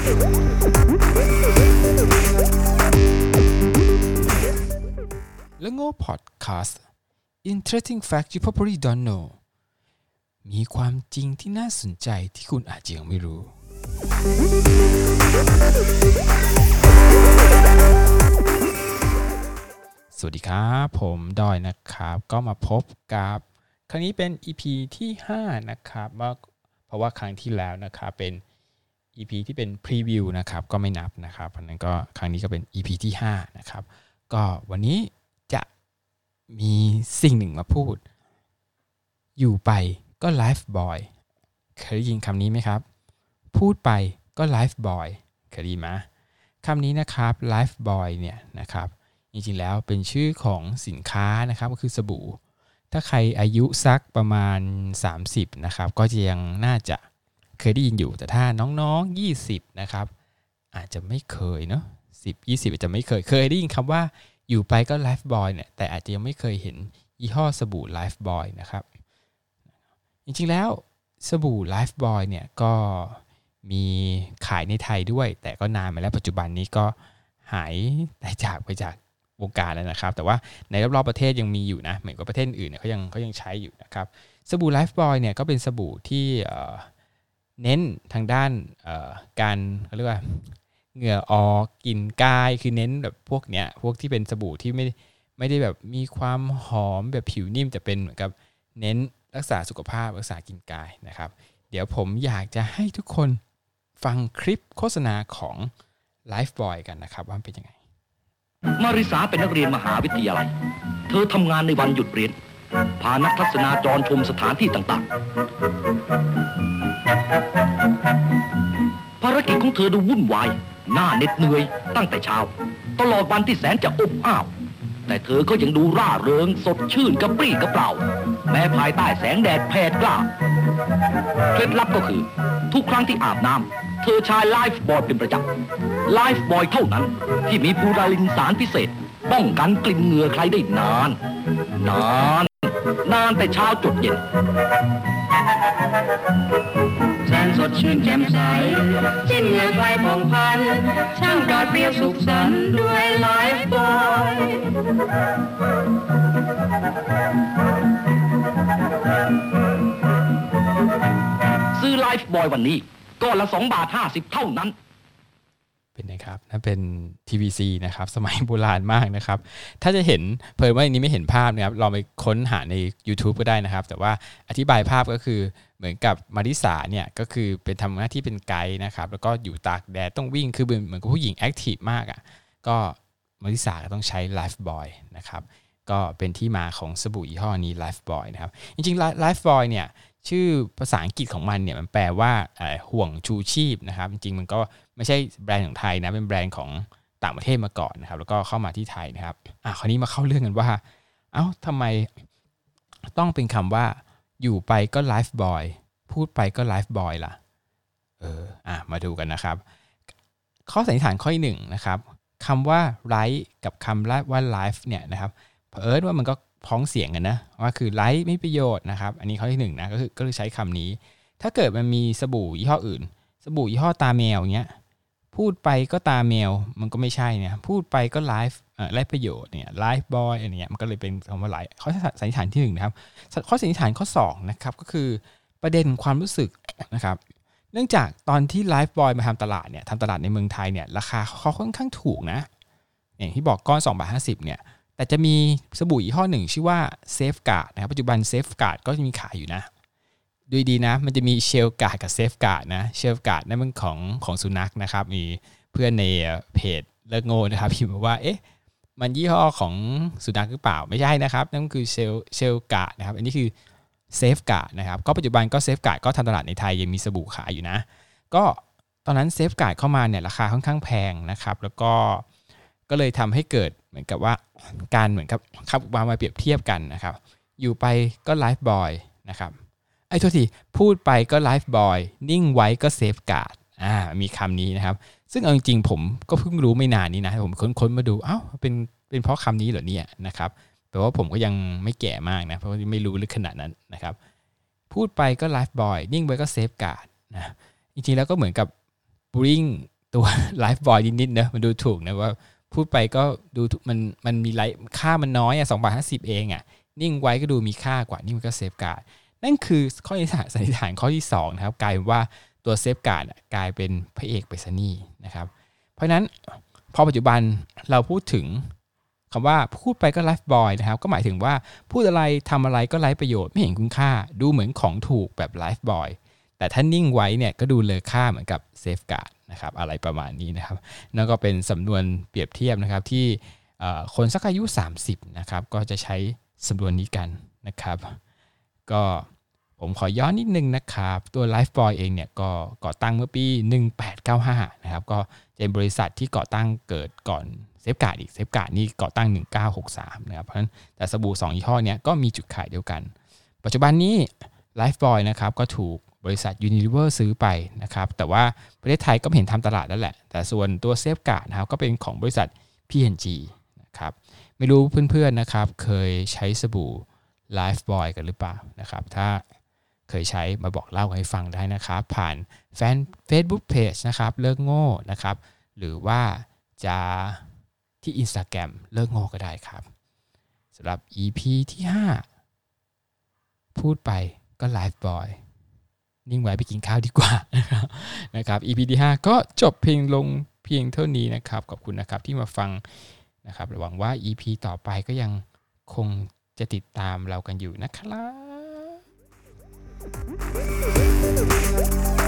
แล้วโง่พอดแคสต์ Interesting Fact You Probably Don't Know มีความจริงที่น่าสนใจที่คุณอาจจะยังไม่รู้สวัสดีครับผมดอยนะครับก็มาพบกับครั้งนี้เป็น EP ที่5นะครับเพราะว่าครั้งที่แล้วนะครับเป็น EP ที่เป็นพรีวิวนะครับก็ไม่นับนะครับเพราะนั้นก็ครั้งนี้ก็เป็น EP ที่5นะครับก็วันนี้จะมีสิ่งหนึ่งมาพูดอยู่ไปก็ไลฟ์บอยเคยได้ยินคำนี้ไหมครับพูดไปก็ไลฟ์บอยเคยได้ยินไหมคำนี้นะครับไลฟ์บอยเนี่ยนะครับจริงๆแล้วเป็นชื่อของสินค้านะครับก็คือสบู่ถ้าใครอายุสักประมาณ30นะครับก็จะยังน่าจะเคยได้ยินอยู่แต่ถ้าน้องๆ20นะครับอาจจะไม่เคยเนาะ10-20อาจจะไม่เคยได้ยินคำว่าอยู่ไปก็ไลฟ์บอยเนี่ยแต่อาจจะยังไม่เคยเห็นยี่ห้อสบู่ไลฟ์บอยนะครับจริงๆแล้วสบู่ไลฟ์บอยเนี่ยก็มีขายในไทยด้วยแต่ก็นานมาแล้วปัจจุบันนี้ก็หายไปจากวงการแล้วนะครับแต่ว่าในรอบๆประเทศยังมีอยู่นะเหมือนกับประเทศอื่นเนี่ยเขายังใช้อยู่นะครับสบู่ไลฟ์บอยเนี่ยก็เป็นสบู่ที่เน้นทางด้านการเขาเรียกว่าเหงื่อออกกลิ่นกายคือเน้นแบบพวกที่เป็นสบู่ที่ไม่ได้แบบมีความหอมแบบผิวนิ่มแต่เป็นเหมือนกับเน้นรักษาสุขภาพรักษากลิ่นกายนะครับเดี๋ยวผมอยากจะให้ทุกคนฟังคลิปโฆษณาของ Lifebuoy กันนะครับว่าเป็นยังไงมาริสาเป็นนักเรียนมหาวิทยาลัยเธอทำงานในวันหยุดเรียนพานักทัศนาจรชมสถานที่ต่างๆภารกิจของเธอดูวุ่นวายน่าเหน็ดเหนื่อยตั้งแต่เช้าตลอดวันที่แสนจะอบอ้าวแต่เธอก็ยังดูร่าเริงสดชื่นกระปรี้กระเปร่าแม้ภายใต้แสงแดดแผดกล้าเคล็ดลับก็คือทุกครั้งที่อาบน้ำเธอใช้ไลฟ์บอยเป็นประจำไลฟ์บอยเท่านั้นที่มีพูราลินสารพิเศษป้องกันกลิ่นเหงื่อใครได้นานแต่เช้าจดเย็นแสนสดชื่นแจ่มใสจิ้มเหงื่อใครผ่องพันช่างปลอดเปรี้ยวสุขสันต์ด้วยไลฟ์บอยซื้อไลฟ์บอยวันนี้ก้อนละ2.50 บาทเท่านั้นเป็นนะครับนั่นเป็น TVC นะครับสมัยโบราณมากนะครับถ้าจะเห็นเพิ่มว่าอันนี้ไม่เห็นภาพนะครับลองไปค้นหาใน YouTube ก็ได้นะครับแต่ว่าอธิบายภาพก็คือเหมือนกับมาริสาเนี่ยก็คือเป็นทำหน้าที่เป็นไกด์นะครับแล้วก็อยู่ตากแดดต้องวิ่งคือเหมือนกับผู้หญิงแอคทีฟมากอ่ะก็มาริสาก็ต้องใช้ Lifebuoy นะครับก็เป็นที่มาของสบู่ยี่ห้อนี้ Lifebuoy นะครับจริงๆ Lifebuoy เนี่ยชื่อภาษาอังกฤษของมันเนี่ยมันแปลว่าห่วงชูชีพนะครับจริงๆมันก็ไม่ใช่แบรนด์ของไทยนะเป็นแบรนด์ของต่างประเทศมาก่อนนะครับแล้วก็เข้ามาที่ไทยนะครับคราวนี้มาเข้าเรื่องกันว่าทำไมต้องเป็นคำว่าอยู่ไปก็ Lifebuoy พูดไปก็ Lifebuoy ล่ะมาดูกันนะครับข้อสันนิษฐานข้อที่1นะครับคำว่า right กับคำว่า life เนี่ยนะครับเผอิญว่ามันก็พ้องเสียงกันนะว่าคือไร้ไม่ประโยชน์นะครับอันนี้ข้อที่1นะก็คือใช้คำนี้ถ้าเกิดมันมีสบู่ยี่ห้ออื่นสบู่ยี่ห้อตาแมวอย่างเงี้ยพูดไปก็ตาแมวมันก็ไม่ใช่เนี่ยพูดไปก็ไลฟ์ไร้ประโยชน์เนี่ยไลฟ์บอยอะไรเงี้ยมันก็เลยเป็นคำว่าไลฟ์ข้อสันนิษฐานที่1นะครับข้อสันนิษฐานข้อ2นะครับก็คือประเด็นความรู้สึกนะครับเนื่องจากตอนที่ไลฟ์บอยมาทำตลาดเนี่ยทำตลาดในเมืองไทยเนี่ยราคาเขาค่อนข้างถูกนะอย่างที่บอกก้อน2.50 เนี่ยแต่จะมีสบู่ยี่ห้อหนึ่งชื่อว่า Safeguard นะครับปัจจุบัน Safeguard ก็จะมีขายอยู่นะดูดีนะมันจะมี Shellguard กับ Safeguard นะ Shellguard นั่นเป็นของสุนัขนะครับมีเพื่อนในเพจเลิกโง่นะครับพิมพ์มาว่ามันยี่ห้อของสุนัขหรือเปล่าไม่ใช่นะครับนั่นคือ Shellguard นะครับอันนี้คือ Safeguard นะครับก็ปัจจุบันก็ Safeguard ก็ทำตลาดในไทยยังมีสบู่ขายอยู่นะก็ตอนนั้น Safeguard เข้ามาเนี่ยราคาค่อนข้างแพงนะครับแล้วก็เลยทำให้เกิดเหมือนกับว่าการเหมือนกับขับมาเปรียบเทียบกันนะครับอยู่ไปก็ Lifebuoy นะครับโทษทีพูดไปก็ Lifebuoy นิ่งไว้ก็ Safeguard มีคำนี้นะครับซึ่งเอาจริงๆผมก็เพิ่งรู้ไม่นานนี้นะผมค้นมาดูเป็นเพราะคำนี้เหรอเนี่ยนะครับแปลว่าผมก็ยังไม่แก่มากนะเพราะไม่รู้ลึกขนาดนั้นนะครับพูดไปก็ Lifebuoy นิ่งไว้ก็ Safeguard นะจริงๆแล้วก็เหมือนกับ bring ตัวไลฟ์บอยนิดๆนะมันดูถูกนะว่าพูดไปก็ดูมันมีค่ามันน้อย2.50 เองนิ่งไว้ก็ดูมีค่ากว่านี่มันก็เซฟการ์ดนั่นคือข้อสันนิษฐานข้อที่2นะครับกลายเป็นว่าตัวเซฟการ์ดกลายเป็นพระเอกไปซะนี่นะครับเพราะนั้นพอปัจจุบันเราพูดถึงคำว่าพูดไปก็ไลฟ์บอยนะครับก็หมายถึงว่าพูดอะไรทำอะไรก็ไร้ประโยชน์ไม่เห็นคุณค่าดูเหมือนของถูกแบบไลฟ์บอยแต่ถ้านิ่งไว้เนี่ยก็ดูเลอค่าเหมือนกับเซฟการ์ดนะครับอะไรประมาณนี้นะครับนั่นก็เป็นสำนวนเปรียบเทียบนะครับที่คนสักอายุ30นะครับก็จะใช้สำนวนนี้กันนะครับก็ผมขอย้อนนิดนึงนะครับตัวไลฟ์บอยเองเนี่ยก็ก่อตั้งเมื่อปี1895นะครับก็เป็นบริษัทที่ก่อตั้งเกิดก่อนเซฟการ์ดอีกเซฟการ์ดนี่ก่อตั้ง1963นะครับเพราะฉะนั้นแต่สบู่2ยี่ห้อนี้ก็มีจุดขายเดียวกันปัจจุบันนี้ไลฟ์บอยนะครับก็ถูกบริษัท Unilever ซื้อไปนะครับแต่ว่าประเทศไทยก็เห็นทำตลาดแล้วแหละแต่ส่วนตัวเซฟการ์ดนะครับก็เป็นของบริษัท P&G นะครับไม่รู้เพื่อนๆนะครับเคยใช้สบู่ไลฟ์บอยกันหรือเปล่านะครับถ้าเคยใช้มาบอกเล่าให้ฟังได้นะครับผ่านแฟน Facebook Page นะครับเลิกโง่นะครับหรือว่าจะที่ Instagram เลิกโง่ก็ได้ครับสำหรับ EP ที่5พูดไปก็ไลฟ์บอยนิ่งไว้ไปกินข้าวดีกว่านะครับ EP ที่5ก็จบเพียงเท่านี้นะครับขอบคุณนะครับที่มาฟังนะครับหวังว่า EP ต่อไปก็ยังคงจะติดตามเรากันอยู่นะครับ